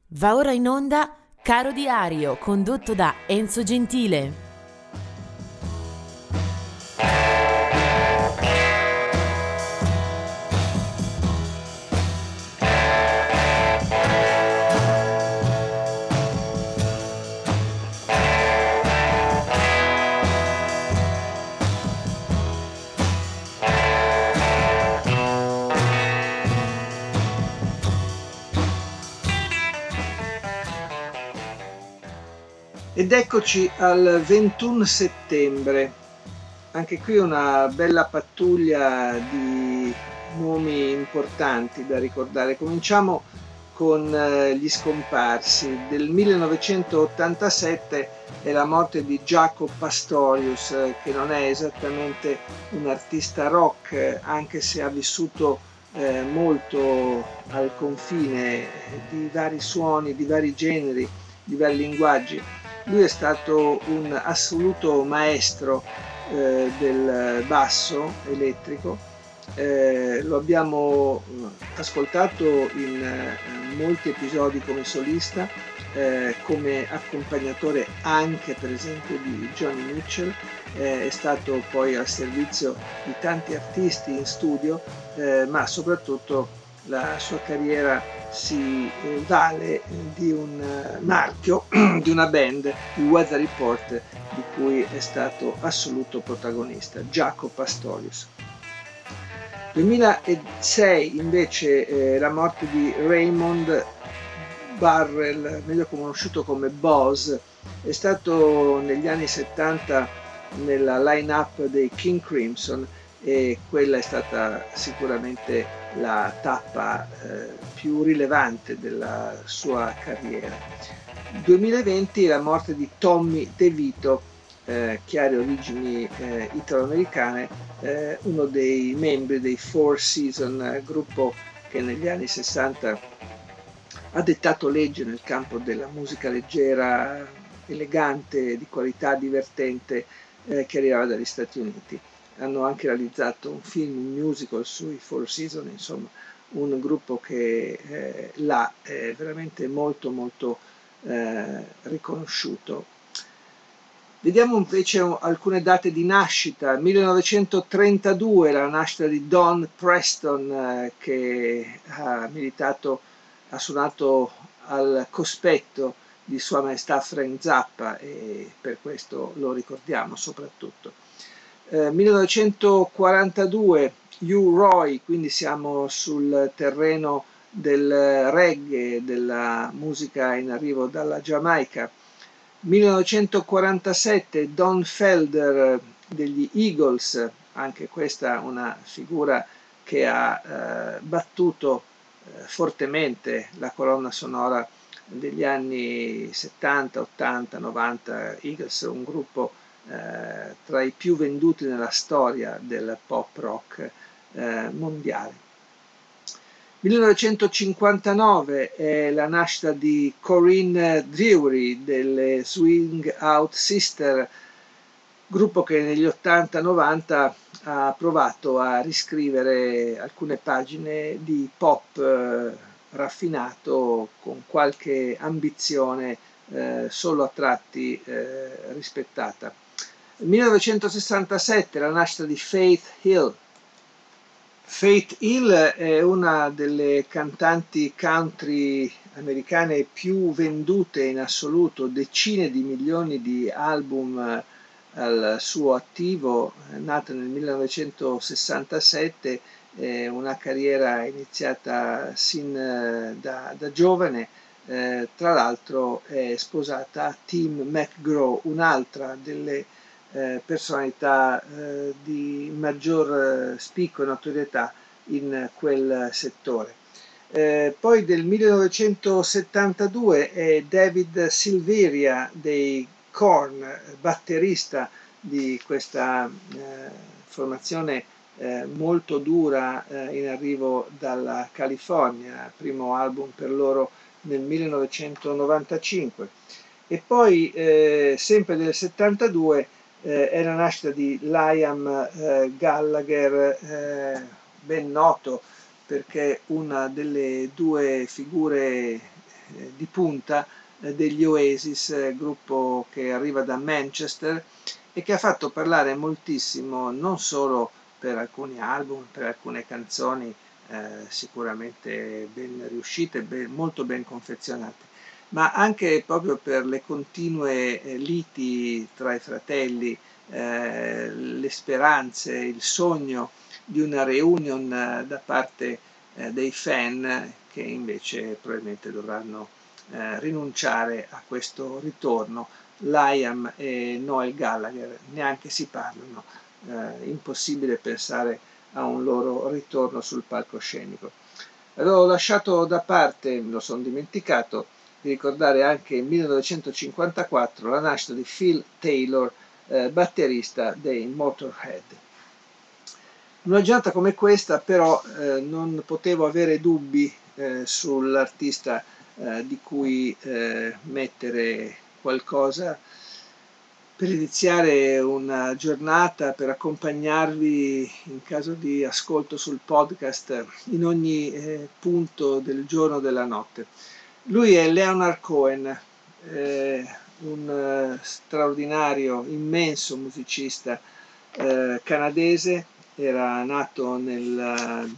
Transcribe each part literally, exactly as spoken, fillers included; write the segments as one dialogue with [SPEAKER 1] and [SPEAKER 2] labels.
[SPEAKER 1] Va ora in onda Caro Diario, condotto da Enzo Gentile.
[SPEAKER 2] Ed eccoci al ventuno settembre, anche qui una bella pattuglia di nomi importanti da ricordare. Cominciamo con eh, gli scomparsi. Del millenovecentottantasette è la morte di Jaco Pastorius, eh, che non è esattamente un artista rock, eh, anche se ha vissuto eh, molto al confine di vari suoni, di vari generi, di vari linguaggi. Lui è stato un assoluto maestro eh, del basso elettrico, eh, lo abbiamo ascoltato in eh, molti episodi come solista, eh, come accompagnatore anche per esempio di Joni Mitchell, eh, è stato poi al servizio di tanti artisti in studio, eh, ma soprattutto la sua carriera si eh, vale di un uh, marchio di una band, il Weather Report, di cui è stato assoluto protagonista, Jaco Pastorius. duemilasei invece eh, la morte di Raymond Burrell, meglio conosciuto come Boz, è stato negli anni settanta nella line-up dei King Crimson e quella è stata sicuramente la tappa eh, più rilevante della sua carriera. duemilaventi la morte di Tommy DeVito, eh, chiare origini eh, italo-americane, eh, uno dei membri dei Four Seasons, eh, gruppo che negli anni sessanta ha dettato legge nel campo della musica leggera, elegante, di qualità, divertente, eh, che arrivava dagli Stati Uniti. Hanno anche realizzato un film, un musical sui Four Seasons, insomma un gruppo che eh, là è veramente molto molto eh, riconosciuto. Vediamo invece alcune date di nascita. millenovecentotrentadue la nascita di Don Preston, eh, che ha militato, ha suonato al cospetto di Sua Maestà Frank Zappa e per questo lo ricordiamo soprattutto. Eh, millenovecentoquarantadue Hugh Roy, quindi siamo sul terreno del reggae, della musica in arrivo dalla Giamaica. millenovecentoquarantasette Don Felder degli Eagles, anche questa una figura che ha eh, battuto eh, fortemente la colonna sonora degli anni settanta, ottanta, novanta. Eagles è un gruppo eh, tra i più venduti nella storia del pop rock eh, mondiale. millenovecentocinquantanove è la nascita di Corinne Dewey delle Swing Out Sister, gruppo che negli ottanta novanta ha provato a riscrivere alcune pagine di pop eh, raffinato con qualche ambizione eh, solo a tratti eh, rispettata. millenovecentosessantasette la nascita di Faith Hill. Faith Hill è una delle cantanti country americane più vendute in assoluto, decine di milioni di album al suo attivo, nata nel millenovecentosessantasette, eh, una carriera iniziata sin da, da giovane, eh, tra l'altro è sposata a Tim McGraw, un'altra delle Eh, personalità eh, di maggior eh, spicco e notorietà in quel settore. Eh, poi del millenovecentosettantadue è David Silveria dei Korn, batterista di questa eh, formazione eh, molto dura eh, in arrivo dalla California, primo album per loro nel millenovecentonovantacinque. E poi eh, sempre del settantadue eh, è la nascita di Liam eh, Gallagher, eh, ben noto perché una delle due figure eh, di punta eh, degli Oasis, eh, gruppo che arriva da Manchester e che ha fatto parlare moltissimo non solo per alcuni album, per alcune canzoni eh, sicuramente ben riuscite, ben, molto ben confezionate, ma anche proprio per le continue eh, liti tra i fratelli, eh, le speranze, il sogno di una reunion eh, da parte eh, dei fan che invece probabilmente dovranno eh, rinunciare a questo ritorno. Liam e Noel Gallagher neanche si parlano, eh, impossibile pensare a un loro ritorno sul palcoscenico. Avevo lasciato da parte, me lo sono dimenticato, di ricordare anche il millenovecentocinquantaquattro la nascita di Phil Taylor, eh, batterista dei Motorhead. Una giornata come questa però eh, non potevo avere dubbi eh, sull'artista eh, di cui eh, mettere qualcosa per iniziare una giornata, per accompagnarvi in caso di ascolto sul podcast in ogni eh, punto del giorno o della notte. Lui è Leonard Cohen, eh, un eh, straordinario, immenso musicista eh, canadese. Era nato nel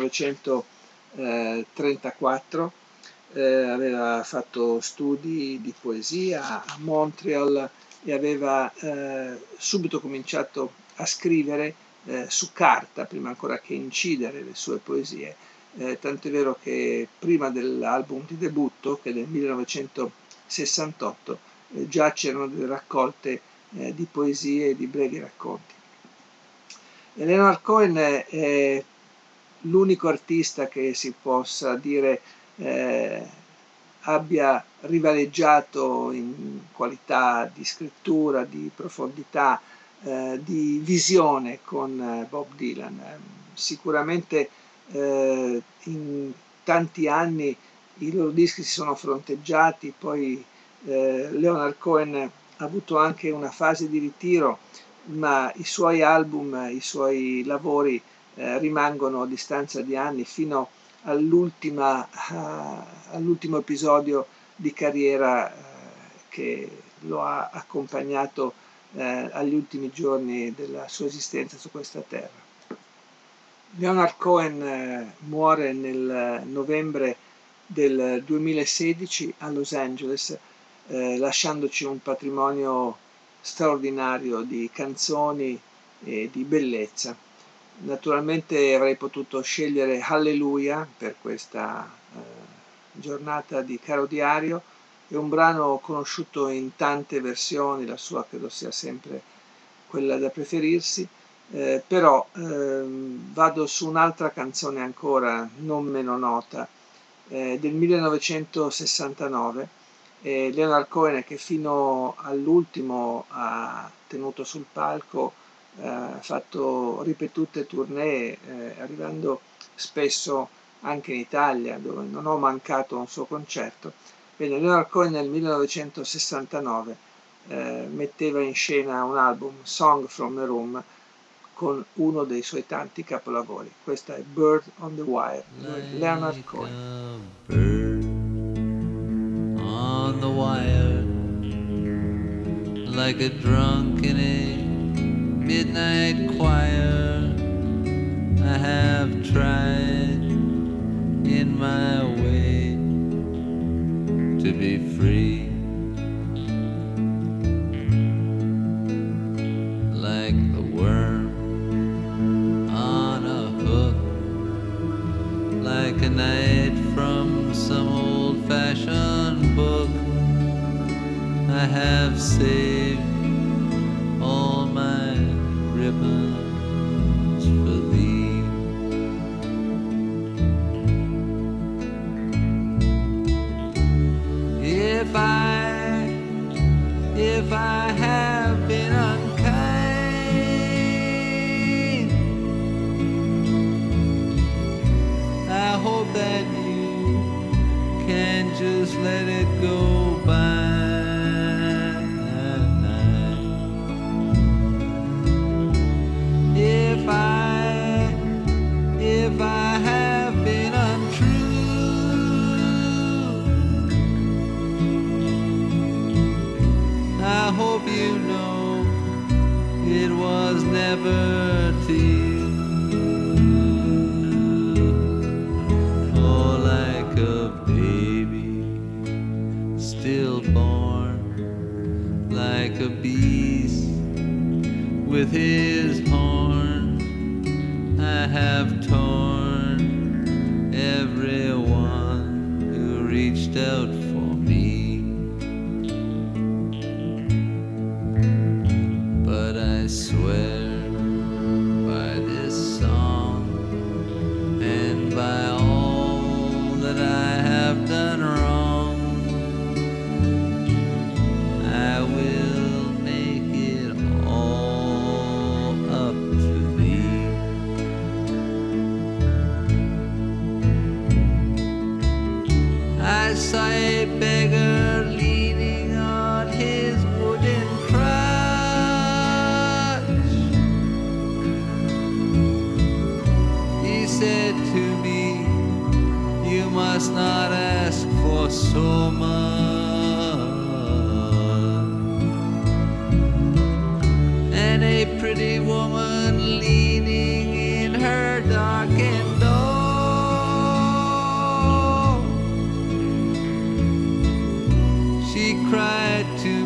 [SPEAKER 2] millenovecentotrentaquattro, eh, aveva fatto studi di poesia a Montreal e aveva eh, subito cominciato a scrivere eh, su carta, prima ancora che incidere le sue poesie, eh, tant'è vero che prima dell'album di debutto, che è del millenovecentosessantotto, eh, già c'erano delle raccolte eh, di poesie e di brevi racconti. Leonard Cohen è l'unico artista che si possa dire eh, abbia rivaleggiato in qualità di scrittura, di profondità, eh, di visione con eh, Bob Dylan. Sicuramente eh, in tanti anni i loro dischi si sono fronteggiati, poi eh, Leonard Cohen ha avuto anche una fase di ritiro, ma i suoi album, i suoi lavori eh, rimangono a distanza di anni fino all'ultima, uh, all'ultimo episodio di carriera uh, che lo ha accompagnato uh, agli ultimi giorni della sua esistenza su questa terra. Leonard Cohen uh, muore nel novembre del duemilasedici a Los Angeles, uh, lasciandoci un patrimonio straordinario di canzoni e di bellezza. Naturalmente avrei potuto scegliere Hallelujah per questa eh, giornata di Caro Diario, è un brano conosciuto in tante versioni, la sua credo sia sempre quella da preferirsi, eh, però eh, vado su un'altra canzone ancora non meno nota, eh, del millenovecentosessantanove, eh, Leonard Cohen che fino all'ultimo ha tenuto sul palco, ha fatto ripetute tournée, eh, arrivando spesso anche in Italia, dove non ho mancato un suo concerto. Bene, Leonard Cohen nel millenovecentosessantanove eh, metteva in scena un album, Song from the Room, con uno dei suoi tanti capolavori. Questa è Bird on the Wire, like Leonard Cohen. Bird on the wire, like a drunken egg. Midnight choir, I have tried in my way to be free, like the worm on a hook, like a night from some old-fashioned book. I have saved all my ribbons for thee. If I, if I have been unkind, I hope that you can just let it go by. If I, if I have been untrue,
[SPEAKER 3] hope you know it was never to you. Oh, like a baby stillborn, like a beast with his horn, I have torn everyone who reached out for me. But I swear by this song and by all that I have done wrong, I will make it all up to thee. I saw a beggar leaning on his wooden crutch. He said to me, you must not ask for so much. And a pretty woman leaning in her darkened door, she cried to